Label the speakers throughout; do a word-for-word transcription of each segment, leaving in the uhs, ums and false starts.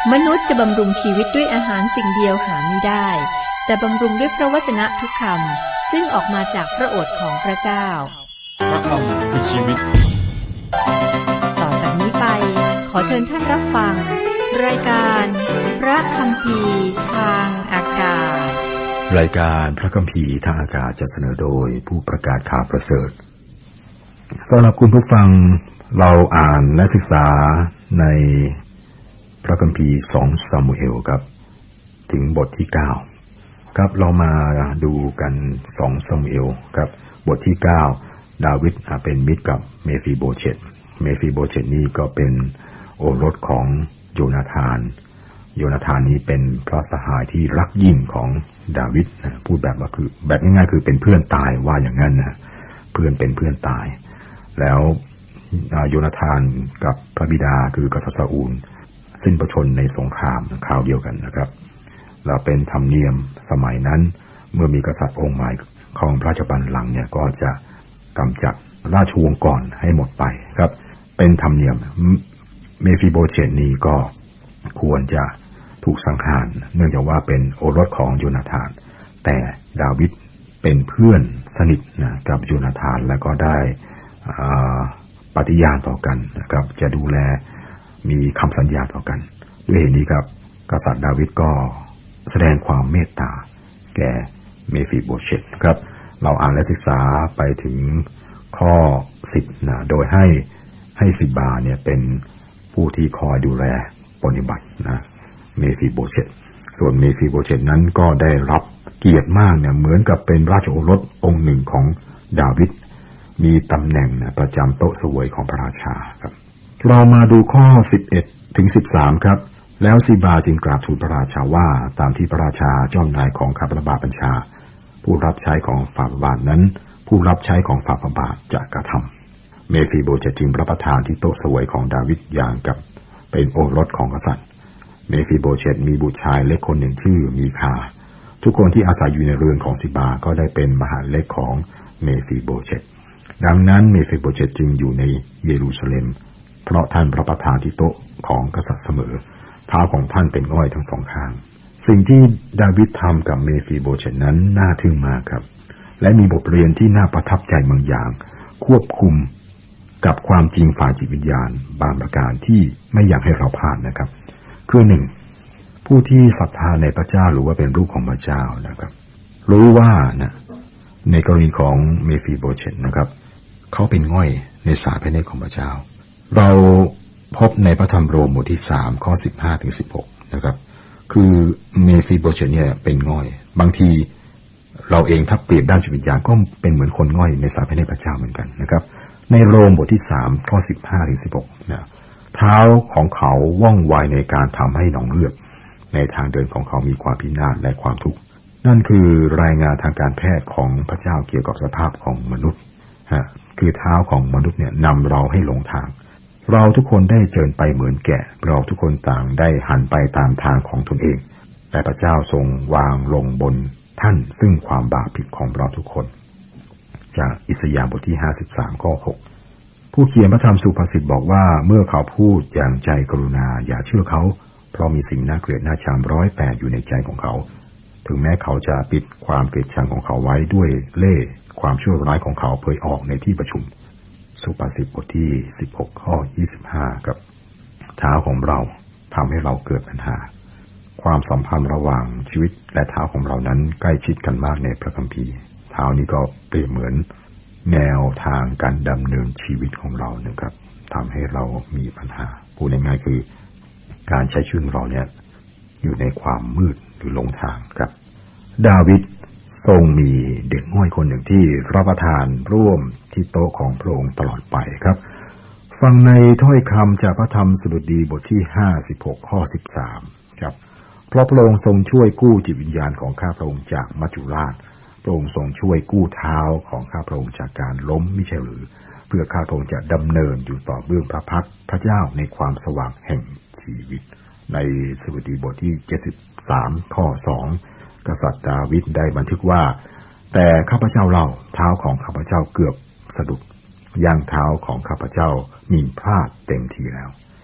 Speaker 1: มนุษย์จะบำรุงชีวิตด้วยอาหารสิ่งเดียวหาไม่ได้แต่บำรุงด้วยพระวจนะทุกคำซึ่งออกมาจากพระโอษฐ์ของพระเจ้า
Speaker 2: พระคำคือชีวิต
Speaker 1: ต่อจากนี้ไปขอเชิญท่านรับฟังรายการพระคัมภีร์ทางอากาศ
Speaker 3: รายการพระคัมภีร์ทางอากาศจะเสนอโดยผู้ประกาศข่าวประเสริฐสำหรับคุณผู้ฟังเราอ่านและศึกษาในพระคัมภีร์สองซามูเอลครับถึงบทที่เก้าครับเรามาดูกันสองซามูเอลครับบทที่เก้าดาวิดเป็นมิตรกับเมฟีโบเชตเมฟีโบเชตนี่ก็เป็นโอรสของโยนาธานโยนาธานนี้เป็นพระสหายที่รักยิ่งของดาวิดพูดแบบว่าคือแบบง่ายๆคือเป็นเพื่อนตายว่าอย่างนั้นนะเพื่อนเป็นเพื่อนตายแล้วโยนาธานกับพระบิดาคือกษัตริย์ซาอูลสิ้นพระชนในสงครามคราวเดียวกันนะครับและเป็นธรรมเนียมสมัยนั้นเมื่อมีกษัตริย์องค์ใหม่ครองพระราชบัลลังก์เนี่ยก็จะกำจัดราชวงศ์ก่อนให้หมดไปครับเป็นธรรมเนียมเมฟีโบเชตนี่ก็ควรจะถูกสังหารเนื่องจากว่าเป็นโอรสของโยนาธานแต่ดาวิดเป็นเพื่อนสนิทนะกับโยนาธานและก็ได้ปฏิญาณต่อกันนะครับจะดูแลมีคำสัญญาต่อกันด้วยเหตุนี้ครับกษัตริย์ดาวิดก็แสดงความเมตตาแก่เมฟีโบเชตครับเราอ่านและศึกษาไปถึงข้อสิบนะโดยให้ให้ซิบาเนี่ยเป็นผู้ที่คอยดูแลปฏิบัตินะเมฟีโบเชตส่วนเมฟีโบเชตนั้นก็ได้รับเกียรติมากเนี่ยเหมือนกับเป็นราชโอรสองค์หนึ่งของดาวิดมีตำแหน่งนะประจำโต๊ะเสวยของพระราชาครับเรามาดูข้อสิบเอ็ดถึงสิบสามครับแล้วซิบาจึงกราบทูลพระราชาว่าตามที่พระราชาเจ้านายของข้าพระบาทบัญชาผู้รับใช้ของฝ่าพระบาทนั้นผู้รับใช้ของฝ่าพระบาทจะกระทำเมฟีโบเชตจึงรับประทานที่โต๊ะเสวยของดาวิดอย่างกับเป็นโอรสของกษัตริย์เมฟีโบเชตมีบุตรชายเล็กคนหนึ่งชื่อมีคาทุกคนที่อาศัยอยู่ในเรือนของซิบาก็ได้เป็นมหาเล็กของเมฟีโบเชตดังนั้นเมฟีโบเชตจึงอยู่ในเยรูซาเล็มเพราะท่านรับประทานที่โต๊ะของกษัตริย์เสมอเท้าของท่านเป็นง่อยทั้งสองข้างสิ่งที่ดาวิดทำกับเมฟีโบเชตนั้นน่าทึ่งมากครับและมีบทเรียนที่น่าประทับใจบางอย่างควบคุมกับความจริงฝ่ายจิตวิญญาณบางประการที่ไม่อยากให้เราพลาดนะครับคือหนึ่งผู้ที่ศรัทธาในพระเจ้าหรือว่าเป็นลูกของพระเจ้านะครับรู้ว่านะในกรณีของเมฟีโบเชตนะครับเขาเป็นง่อยในสายพระเนตรของพระเจ้าเราพบในพระธรรมโรมบทที่สามข้อสิบห้าถึงสิบหกนะครับคือเมฟีโบเชตเนี่ยเป็นง่อยบางทีเราเองถ้าเปรียบด้านจิตวิญญาณก็เป็นเหมือนคนง่อยในสายพระเนตรพระเจ้าเหมือนกันนะครับในโรมบทที่สามข้อสิบห้าถึงสิบหกนะเท้าของเขาว่องไวในการทำให้หนองเลือดในทางเดินของเขามีความพินาศและความทุกข์นั่นคือรายงานทางการแพทย์ของพระเจ้าเกี่ยวกับสภาพของมนุษย์ฮะคือเท้าของมนุษย์เนี่ยนำเราให้หลงทางเราทุกคนได้เจิญไปเหมือนแกะเราทุกคนต่างได้หันไปตามทางของตนเองแต่พระเจ้าทรงวางลงบนท่านซึ่งความบาปผิดของเราทุกคนจากอิสยาห์บทที่ห้าสิบสามข้อหกผู้เขียนพระธรรมสุภาษิตบอกว่าเมื่อเขาพูดอย่างใจกรุณาอย่าเชื่อเขาเพราะมีสิ่งน่าเกลียดน่าชังร้อยแปดอยู่ในใจของเขาถึงแม้เขาจะปิดความเกลียดชังของเขาไว้ด้วยเล่ห์ความชั่วร้ายของเขาเผยออกในที่ประชุมสุภาษิตบทที่สิบหกข้อยี่สิบห้าครับเท้าของเราทำให้เราเกิดปัญหาความสัมพันธ์ระหว่างชีวิตและเท้าของเรานั้นใกล้ชิดกันมากในพระคัมภีร์เท้านี้ก็เปรียบเหมือนแนวทางการดำเนินชีวิตของเรานะครับทำให้เรามีปัญหาพูดง่ายๆคือการใช้ชีวิตของเราเนี่ยอยู่ในความมืดหรือหลงทางครับดาวิดทรงมีเด็กง่อยคนหนึ่งที่รับประทานร่วมที่โต๊ะของพระองค์ตลอดไปครับฟังในถ้อยคำจากพระธรรมสดุดีบทที่ห้าสิบหกข้อสิบสามครับเพราะพระองค์ทรงช่วยกู้จิตวิญญาณของข้าพระองค์จากมัจจุราชพระองค์ทรงช่วยกู้เท้าของข้าพระองค์จากการล้มมิใช่หรือเพื่อข้าพระองค์จะดำเนินอยู่ต่อเบื้องพระพักตร์พระเจ้าในความสว่างแห่งชีวิตในสดุดีบทที่เจ็ดสิบสามข้อสองกษัตริย์ดาวิดได้บันทึกว่าแต่ข้าพเจ้าเล่าเท้าของข้าพเจ้าเกือบสะดุดย่างเท้าของข้าพเจ้าหมิ่นพลาดเต็มทีแล้ว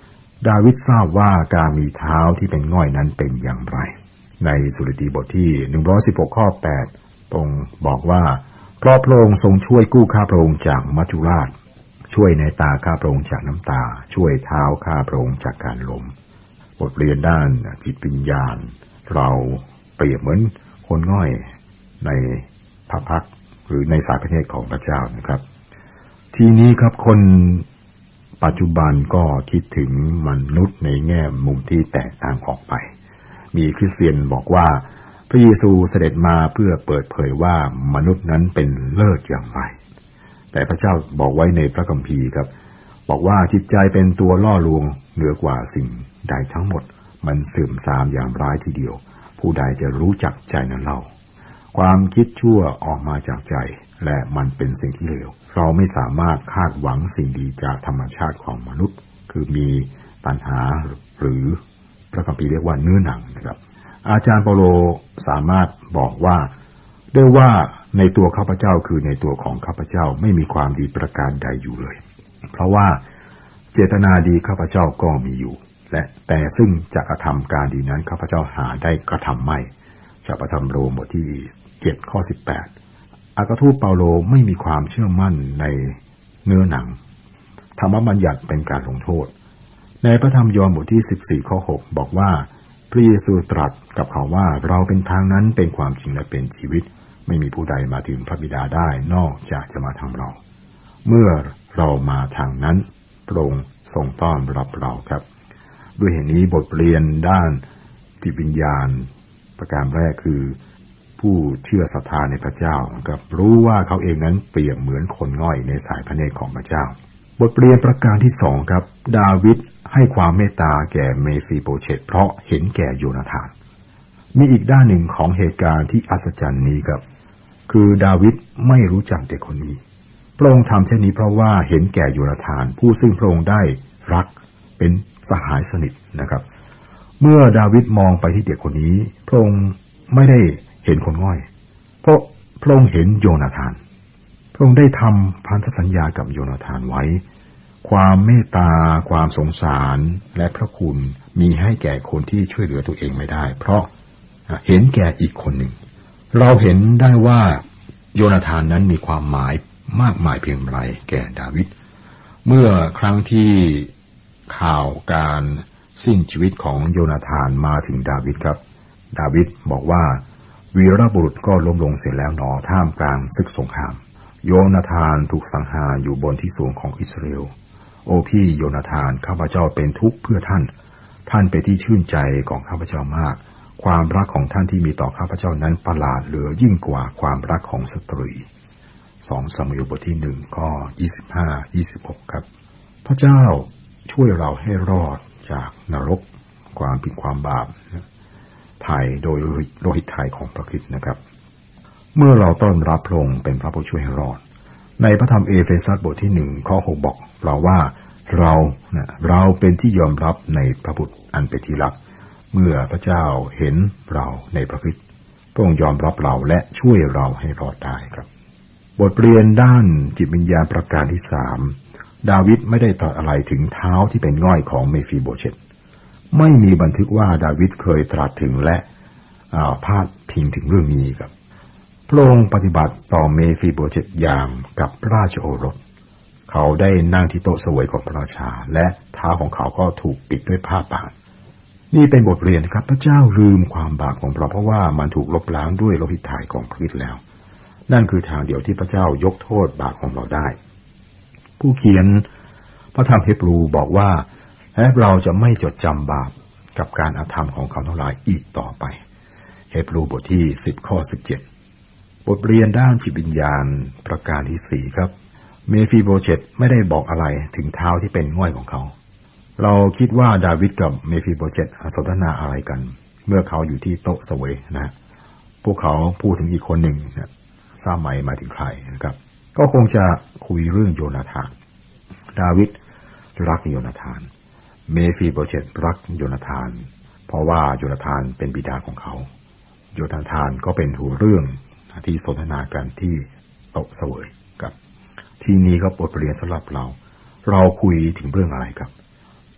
Speaker 3: ดาวิดทราบว่าการมีเท้าที่เป็นง่อยนั้นเป็นอย่างไรในสดุดีบทที่หนึ่งร้อยสิบหกข้อแปดพระองค์บอกว่าเพราะพระองค์ทรงช่วยกู้ข้าพระองค์จากมัจจุราชช่วยในตาข้าพระองค์จากน้ำตาช่วยเท้าข้าพระองค์จากการล้มบทเรียนด้านจิตวิญญาณเราเปรียบเหมือนคนง่อยในพระพักตร์หรือในสายพระเนตรของพระเจ้านะครับทีนี้ครับคนปัจจุบันก็คิดถึงมนุษย์ในแง่มุมที่แตกต่างออกไปมีคริสเตียนบอกว่าพระเยซูเสด็จมาเพื่อเปิดเผยว่ามนุษย์นั้นเป็นเลิศอย่างไรแต่พระเจ้าบอกไว้ในพระคัมภีร์ครับบอกว่าจิตใจเป็นตัวล่อลวงเหนือกว่าสิ่งใดทั้งหมดมันเสื่อมทรามอย่างร้ายทีเดียวผู้ใดจะรู้จักใจนั้นเล่าความคิดชั่วออกมาจากใจและมันเป็นสิ่งที่เลวเราไม่สามารถคาดหวังสิ่งดีจากธรรมชาติของมนุษย์คือมีตัณหาหรือพระคัมภีร์เรียกว่าเนื้อหนังนะครับอาจารย์เปาโลสามารถบอกว่าด้วยว่าในตัวข้าพเจ้าคือในตัวของข้าพเจ้าไม่มีความดีประการใดอยู่เลยเพราะว่าเจตนาดีข้าพเจ้าก็มีอยู่และแต่ซึ่งจะกระทำการดีนั้นข้าพเจ้าหาได้กระทำไม่จากพระธรรมโรมบทที่เจ็ดข้อสิบแปดอัครทูตเปาโลไม่มีความเชื่อมั่นในเนื้อหนังธรรมบัญญัติเป็นการลงโทษในพระธรรมยอห์นบทที่สิบสี่ข้อหกบอกว่าพระเยซูตรัสกับเขาว่าเราเป็นทางนั้นเป็นความจริงและเป็นชีวิตไม่มีผู้ใดมาถึงพระบิดาได้นอกจากจะมาทางเราเมื่อเรามาทางนั้นพระองค์ทรงต้อนรับเราครับด้วยเหตุนี้บทเรียนด้านจิตวิญญาณประการแรกคือผู้เชื่อศรัทธาในพระเจ้ากับรู้ว่าเขาเองนั้นเปรียบเหมือนคนง่อยในสายพระเนตรของพระเจ้าบทเรียนประการที่สองครับดาวิดให้ความเมตตาแก่เมฟีโบเชตเพราะเห็นแก่โยนาธานมีอีกด้านหนึ่งของเหตุการณ์ที่อัศจรรย์นี้ครับคือดาวิดไม่รู้จักเด็กคนนี้พระองค์ทำเช่นนี้เพราะว่าเห็นแก่โยนาธานผู้ซึ่งพระองค์ได้รักเป็นสหายสนิทนะครับเมื่อดาวิดมองไปที่เด็กคนนี้พระองค์ไม่ได้เห็นคนง่อยเพราะพระองค์เห็นโยนาธานพระองค์ได้ทำพันธสัญญากับโยนาธานไว้ความเมตตาความสงสารและพระคุณมีให้แก่คนที่ช่วยเหลือตัวเองไม่ได้เพราะเห็นแก่อีกคนหนึ่งเราเห็นได้ว่าโยนาธานนั้นมีความหมายมากมายเพียงไรแก่ดาวิดเมื่อครั้งที่ข่าวการสิ้นชีวิตของโยนาธานมาถึงดาวิดครับดาวิดบอกว่าวีรบุรุษก็ล้มลงเสียแล้วหนอท่ามกลางศึกสงครามโยนาธานถูกสังหารอยู่บนที่สูงของอิสราเอลโอ้พี่โยนาธานข้าพเจ้าเป็นทุกข์เพื่อท่านท่านเป็นที่ชื่นใจของข้าพเจ้ามากความรักของท่านที่มีต่อข้าพเจ้านั้นประหลาดเหลือยิ่งกว่าความรักของสตรีสองซามูเอลบทที่หนึ่งข้อยี่สิบห้า ยี่สิบหกครับพระเจ้าช่วยเราให้รอดจากนรกความผิดความบาปไถ่โดยโลหิตไถ่ของพระคริสต์นะครับเมื่อเราต้อนรับพระองค์เป็นพระผู้ช่วยให้รอดในพระธรรมเอเฟซัสบทที่หนึ่งข้อหกบอกเราว่าเรานะเราเป็นที่ยอมรับในพระบุตรอันเป็นที่รักเมื่อพระเจ้าเห็นเราในพระคริสต์พระองค์ยอมรับเราและช่วยเราให้รอดได้ครับบทเรียนด้านจิตวิญญาณประการที่สามดาวิดไม่ได้ตรัสอะไรถึงเท้าที่เป็นง่อยของเมฟีโบเชตไม่มีบันทึกว่าดาวิดเคยตรัสถึงและพาดพิงถึงเรื่องนี้ครับพระองค์ปฏิบัติต่อเมฟีโบเชตอย่างกับราชโอรสเขาได้นั่งที่โต๊ะเสวยของพระราชาและเท้าของเขาก็ถูกปิดด้วยผ้าป่านนี่เป็นบทเรียนครับพระเจ้าลืมความบาปของเราเพราะว่ามันถูกลบล้างด้วยโลหิตไถ่ของพระคริสต์แล้วนั่นคือทางเดียวที่พระเจ้ายกโทษบาปของเราได้ผู้เขียนพระธรรมเฮบรูบอกว่าและเราจะไม่จดจำบาปกับการอาธรรมของเขาทั้งหลายอีกต่อไปเฮบรูบทที่สิบข้อสิบเจ็ดบทเรียนด้านจิตวิญญาณประการที่สี่ครับเมฟีโบเชตไม่ได้บอกอะไรถึงเท้าที่เป็นง่อยของเขาเราคิดว่าดาวิดกับเมฟีโบเชตสนทนาอะไรกันเมื่อเขาอยู่ที่โต๊ะเสวยนะพวกเขาพูดถึงอีกคนหนึ่งนะทราบไหมหมายถึงใครนะครับก็คงจะคุยเรื่องโยนาธานดาวิดรักโยนาธานเมฟีโบเชตรักโยนาธานเพราะว่าโยนาธานเป็นบิดาของเขาโยนาธานก็เป็นหัวเรื่องที่สนทนากันที่โต๊ะเสวยครับทีนี้ก็บทเรียนสำหรับเราเราคุยถึงเรื่องอะไรครับ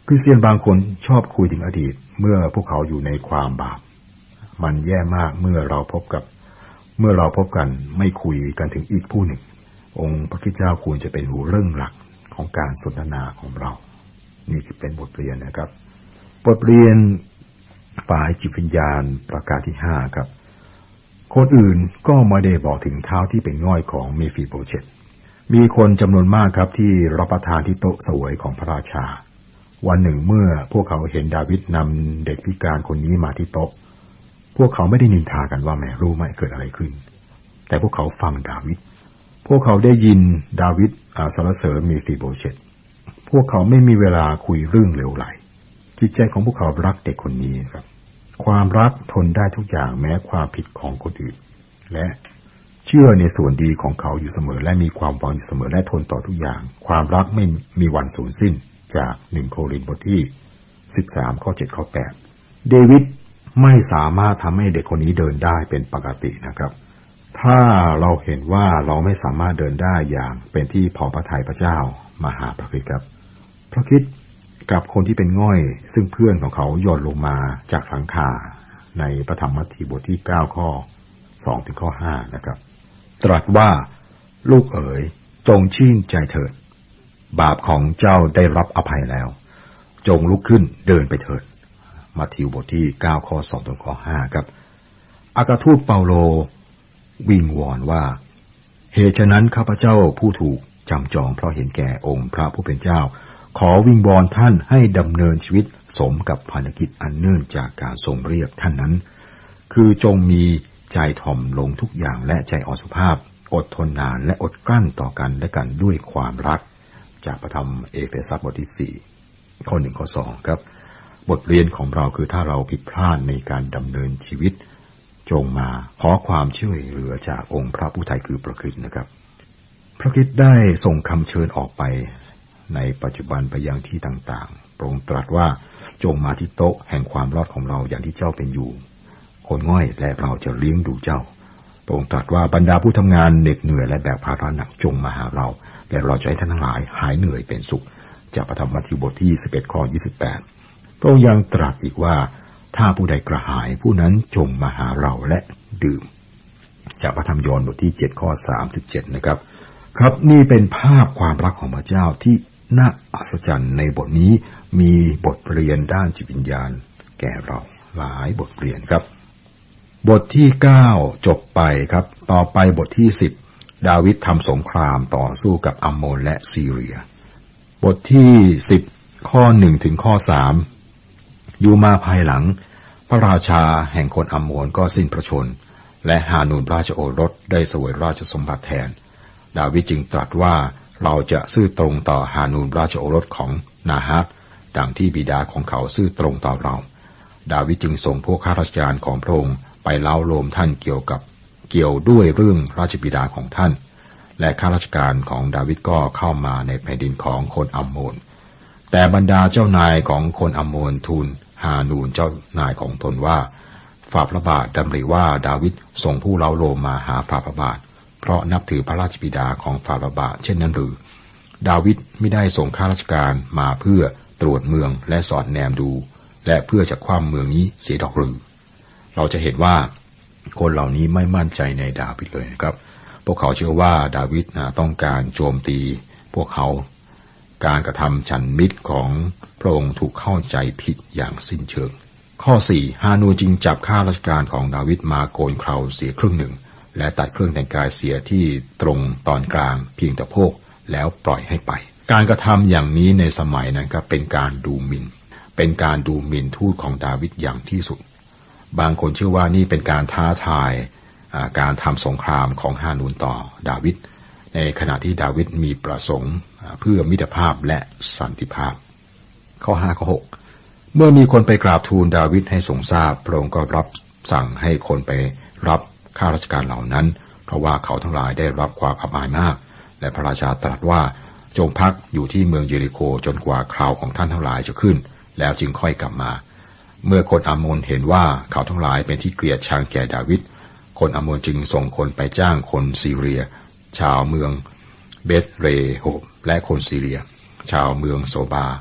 Speaker 3: คริสเตียนบางคนชอบคุยถึงอดีตเมื่อพวกเขาอยู่ในความบาปมันแย่มากเมื่อเราพบกับเมื่อเราพบกันไม่คุยกันถึงอีกผู้หนึ่งองค์พระคริสต์เจ้าควรจะเป็นหัวเรื่องหลักของการสนทนาของเรานี่คือเป็นบทเรียนนะครับบทเรียนฝ่ายจิตวิญญาณประการที่ห้าครับคนอื่นก็ไม่ได้บอกถึงเท้าที่เป็นง่อยของเมฟิโบเชตมีคนจำนวนมากครับที่รับประทานที่โต๊ะเสวยของพระราชาวันหนึ่งเมื่อพวกเขาเห็นดาวิดนำเด็กพิการคนนี้มาที่โต๊ะพวกเขาไม่ได้นินทากันว่าแม่รู้ไหมเกิดอะไรขึ้นแต่พวกเขาฟังดาวิดพวกเขาได้ยินดาวิดสรรเสริญเมฟิโบเชตพวกเขาไม่มีเวลาคุยเรื่องเหลวไหลจิตใจของพวกเขารักเด็กคนนี้ครับความรักทนได้ทุกอย่างแม้ความผิดของคนอื่นและเชื่อในส่วนดีของเขาอยู่เสมอและมีความหวังอยู่เสมอและทนต่อทุกอย่างความรักไม่มีวันสูญสิ้นจากหนึ่งโครินธ์บทที่สิบสามข้อเจ็ดข้อแปดเดวิดไม่สามารถทำให้เด็กคนนี้เดินได้เป็นปกตินะครับถ้าเราเห็นว่าเราไม่สามารถเดินได้อย่างเป็นที่พอพระทัยพระเจ้ามาหาพระคริสต์ครับพระคริสต์กับคนที่เป็นง่อยซึ่งเพื่อนของเขาโยนลงมาจากหลังคาในพระธรรมมัทธิวบทที่เก้าข้อสองถึงข้อห้านะครับตรัสว่าลูกเอ๋ยจงชื่นใจเถิดบาปของเจ้าได้รับอภัยแล้วจงลุกขึ้นเดินไปเถิดมัทธิวบทที่เก้าข้อสองถึงข้อห้าครับอัครทูตเปาโลวิงวอนว่าเหตุฉะนั้นข้าพเจ้าผู้ถูกจำจองเพราะเห็นแก่องค์พระผู้เป็นเจ้าขอวิงวอนท่านให้ดำเนินชีวิตสมกับภารกิจอันเนื่องจากการทรงเรียกท่านนั้นคือจงมีใจถ่อมลงทุกอย่างและใจอ่อนสุภาพอดทนนานและอดกลั้นต่อกันและกันด้วยความรักจากพระธรรมเอเฟซัสบทที่สี่ข้อหนึ่งข้อสองครับบทเรียนของเราคือถ้าเราผิดพลาดในการดำเนินชีวิตจงมาขอความช่วยเหลือจากองค์พระผู้ไถ่คือพระคริสต์นะครับพระคริสต์ได้ส่งคำเชิญออกไปในปัจจุบันไปยังที่ต่างๆพระองค์ตรัสว่าจงมาที่โต๊ะแห่งความรอดของเราอย่างที่เจ้าเป็นอยู่คนง่อยและเราจะเลี้ยงดูเจ้าพระองค์ตรัสว่าบรรดาผู้ทำงานเหน็ดเหนื่อยและแบกภาระหนักจงมาหาเราและเราจะให้ท่านทั้งหลายหายเหนื่อยเป็นสุขจากพระธรรมมัทธิวบทที่สิบเอ็ดข้อยี่สิบแปดพระองค์ยังตรัสอีกว่าถ้าผู้ใดกระหายผู้นั้นจงมาหาเราและดื่มจากพระธรรมยอห์นบทที่เจ็ดข้อสามสิบเจ็ดนะครับครับนี่เป็นภาพความรักของพระเจ้าที่น่าอัศจรรย์ในบทนี้มีบทเรียนด้านจิตวิญญาณแก่เราหลายบทเรียนครับบทที่เก้าจบไปครับต่อไปบทที่สิบดาวิดทำสงครามต่อสู้กับอัมโมนและซีเรียบทที่สิบข้อหนึ่งถึงข้อสามอยู่มาภายหลังพระราชาแห่งคนอัมโมนก็สิ้นพระชนและฮานูนราชโอรสได้เสวยราชสมบัติแทนดาวิดจึงตรัสว่าเราจะซื่อตรงต่อฮานูนราชโอรสของนาฮับดังที่บิดาของเขาซื่อตรงต่อเราดาวิดจึงส่งพวกข้าราชการของพระองค์ไปเล่าโลมท่านเกี่ยวกับเกี่ยวด้วยเรื่องราชบิดาของท่านและข้าราชการของดาวิดก็เข้ามาในแผ่นดินของคนอัมโมนแต่บรรดาเจ้านายของคนอัมโมนทูลฮานูนเจ้านายของตนว่าฝ่าพระบาทดำริว่าดาวิดส่งผู้เล่าโลมมาหาฝ่าพระบาทเพราะนับถือพระราชบิดาของฝ่าพระบาทเช่นนั้นหรือดาวิดไม่ได้ส่งข้าราชการมาเพื่อตรวจเมืองและสอดแนมดูและเพื่อจะคว่ำเมืองนี้เสียดอกหรือเราจะเห็นว่าคนเหล่านี้ไม่มั่นใจในดาวิดเลยนะครับพวกเขาเชื่อว่าดาวิดต้องการโจมตีพวกเขาการกระทำฉันมิตรของพระองค์ถูกเข้าใจผิดอย่างสิ้นเชิงข้อสี่ฮานูนจึงจับข้าราชการของดาวิดมาโกนเคราเสียครึ่งหนึ่งและตัดเครื่องแต่งกายเสียที่ตรงตอนกลางเพียงแต่โพกแล้วปล่อยให้ไปการกระทำอย่างนี้ในสมัยนั้นครับเป็นการดูหมิ่นเป็นการดูหมิ่นทูตของดาวิดอย่างที่สุดบางคนเชื่อว่านี่เป็นการท้าทายการทำสงครามของฮานูนต่อดาวิดในขณะที่ดาวิดมีประสงค์เพื่อมิตรภาพและสันติภาพข้อห้าข้อหกเมื่อมีคนไปกราบทูลดาวิดให้ทรงทราบพระองค์ก็รับสั่งให้คนไปรับข้าราชการเหล่านั้นเพราะว่าเขาทั้งหลายได้รับความอับอายมากและพระราชาตรัสว่าจงพักอยู่ที่เมืองเยริโคจนกว่าคราวของท่านทั้งหลายจะขึ้นแล้วจึงค่อยกลับมาเมื่อคนอัมโมนเห็นว่าเขาทั้งหลายเป็นที่เกลียดชังแก่ดาวิดคนอัมโมนจึงส่งคนไปจ้างคนซีเรียชาวเมืองเบธเรโฮบและคนซีเรียชาวเมืองโซบา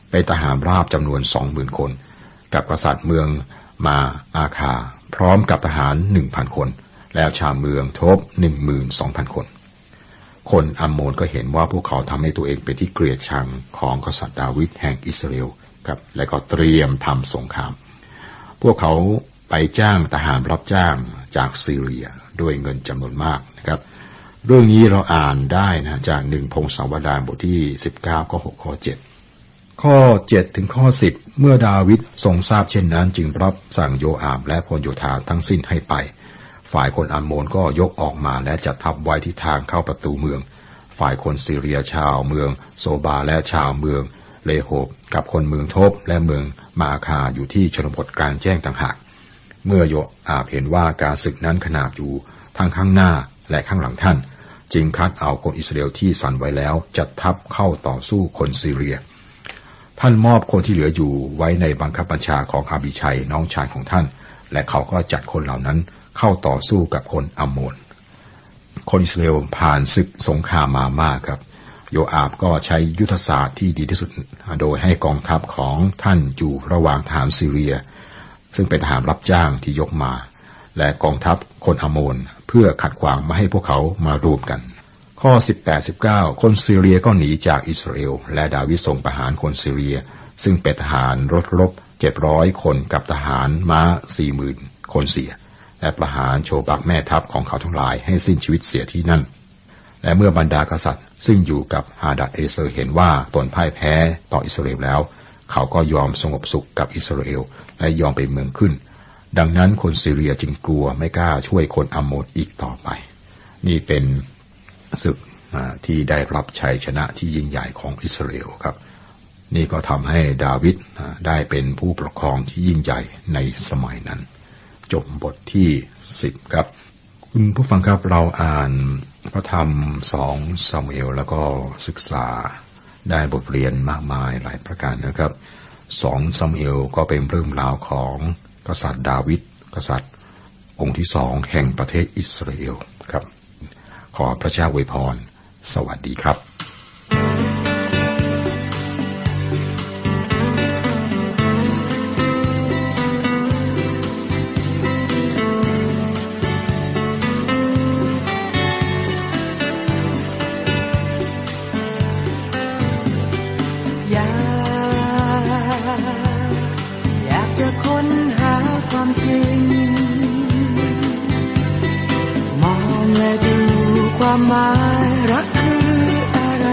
Speaker 3: เป็นทหารราบจำนวน สองหมื่น คนกับกษัตริย์เมืองมาอาคาพร้อมกับทหาร หนึ่งพัน คนแล้วชาวเมืองโทบ หนึ่งหมื่นสองพัน คนคนอัมโมนก็เห็นว่าพวกเขาทำให้ตัวเองเป็นที่เกลียดชังของกษัตริย์ดาวิดแห่งอิสราเอลครับและก็เตรียมทำสงครามพวกเขาไปจ้างทหารรับจ้างจากซีเรียด้วยเงินจำนวนมากนะครับเรื่องนี้เราอ่านได้นะจากหนึ่งพงศาวดารบทที่สิบเก้าข้อหกข้อเจ็ดข้อเจ็ดถึงข้อสิบเมื่อดาวิดทรงทราบเช่นนั้นจึงรับสั่งโยอาบและพลโยธาทั้งสิ้นให้ไปฝ่ายคนอัมโมนก็ยกออกมาและจัดทัพไว้ที่ทางเข้าประตูเมืองฝ่ายคนซีเรียชาวเมืองโซบาและชาวเมืองเลโฮบกับคนเมืองโทบและเมืองมาอาคาอยู่ที่ชนบทกลางแจ้งต่างหากเมื่อโยอาบเห็นว่าการศึกนั้นขนาบอยู่ทั้งข้างหน้าและข้างหลังท่านจึงคัดเอาคนอิสราเอลที่สั่นไว้แล้วจัดทัพเข้าต่อสู้คนซีเรียท่านมอบคนที่เหลืออยู่ไว้ในบังคับบัญชาของอาบิชัยน้องชายของท่านและเขาก็จัดคนเหล่านั้นเข้าต่อสู้กับคนอัมโมนคนอิสราเอลผ่านศึกสงครามมามากครับโยอาบก็ใช้ยุทธศาสตร์ที่ดีที่สุดโดยให้กองทัพของท่านอยู่ระหว่างทหารซีเรียซึ่งเป็นทหารรับจ้างที่ยกมาและกองทัพคนอัมโมนเพื่อขัดขวางไม่ให้พวกเขามารวมกันข้อสิบแปด สิบเก้าคนซีเรียก็หนีจากอิสราเอลและดาวิดส่งประหารคนซีเรียซึ่งเป็นทหารรถรบเจ็ดร้อยคนกับทหารม้า สี่หมื่น คนเสียและประหารโชบักแม่ทัพของเขาทั้งหลายให้สิ้นชีวิตเสียที่นั่นและเมื่อบรรดากษัตริย์ซึ่งอยู่กับฮาดัดเอเซอร์เห็นว่าตนพ่ายแพ้ต่ออิสราเอลแล้วเขาก็ยอมสงบสุขกับอิสราเอลและยอมไปเมืองขึ้นดังนั้นคนซีเรียจึงกลัวไม่กล้าช่วยคนอัมโมนอีกต่อไปนี่เป็นศึกที่ได้รับชัยชนะที่ยิ่งใหญ่ของอิสราเอลครับนี่ก็ทำให้ดาวิดได้เป็นผู้ปกครองที่ยิ่งใหญ่ในสมัยนั้นจบบทที่สิบครับคุณผู้ฟังครับเราอ่านพระธรรมสองซามูเอลแล้วก็ศึกษาได้บทเรียนมากมายหลายประการนะครับสองซามูเอลก็เป็นเรื่องราวของกษัตริย์ดาวิดกษัตริย์องค์ที่สองแห่งประเทศอิสราเอลครับขอพระเจ้าอวยพรสวัสดีครับ
Speaker 4: ความหมายรักคืออะไร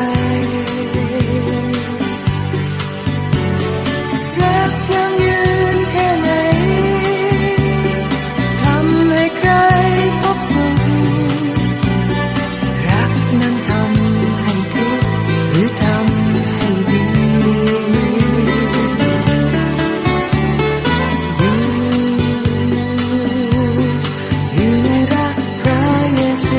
Speaker 4: รักยังยืนแค่ไหนทำให้ใครพบสุขรักนั้นทำให้ทุกข์หรือทำให้ดีอยู่อยู่ในรักพระเยซู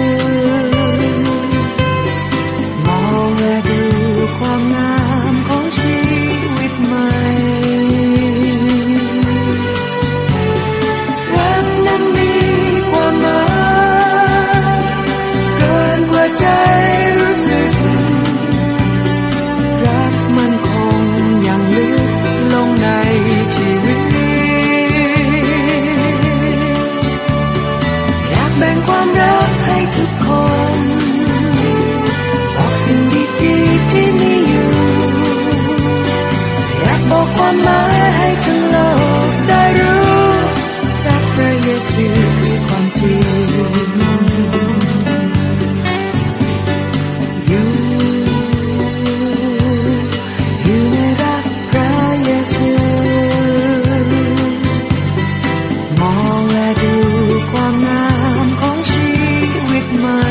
Speaker 4: ความหมายให้ทั้งโลกได้รู้รักพระเยซูคือความจริงอยู่อยู่ในรักพระเยซูมองและดูความงามของชีวิตใหม่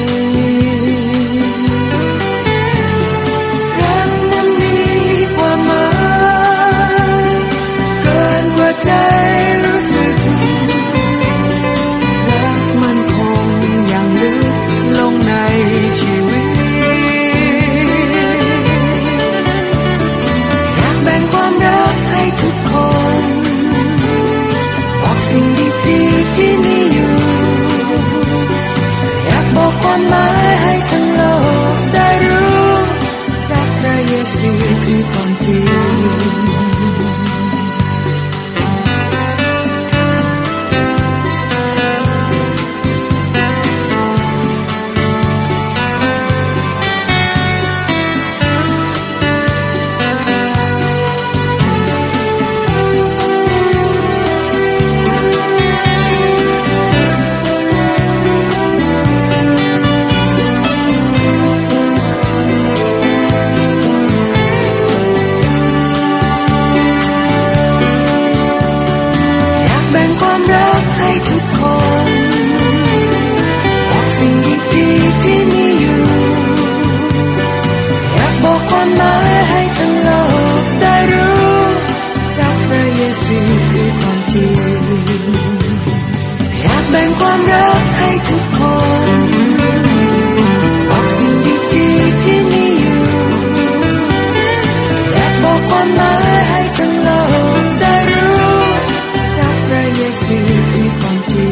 Speaker 4: ใจรู้สึกรักมันคงยังลึกลงในชีวิตอยากแบ่งความรักให้ทุกคนบอกสิ่งดีๆที่มีอยู่อยากบอกความหมายให้ทั้งโลกได้รู้รักพระเยซูคือความจริงจริงอยากแบ่งความรักให้ทุกคนบอกสิ่งดีๆที่มีอยู่อยากบอกความหมายให้ทั้งโลกได้รู้รักพระเยซูคือความจริง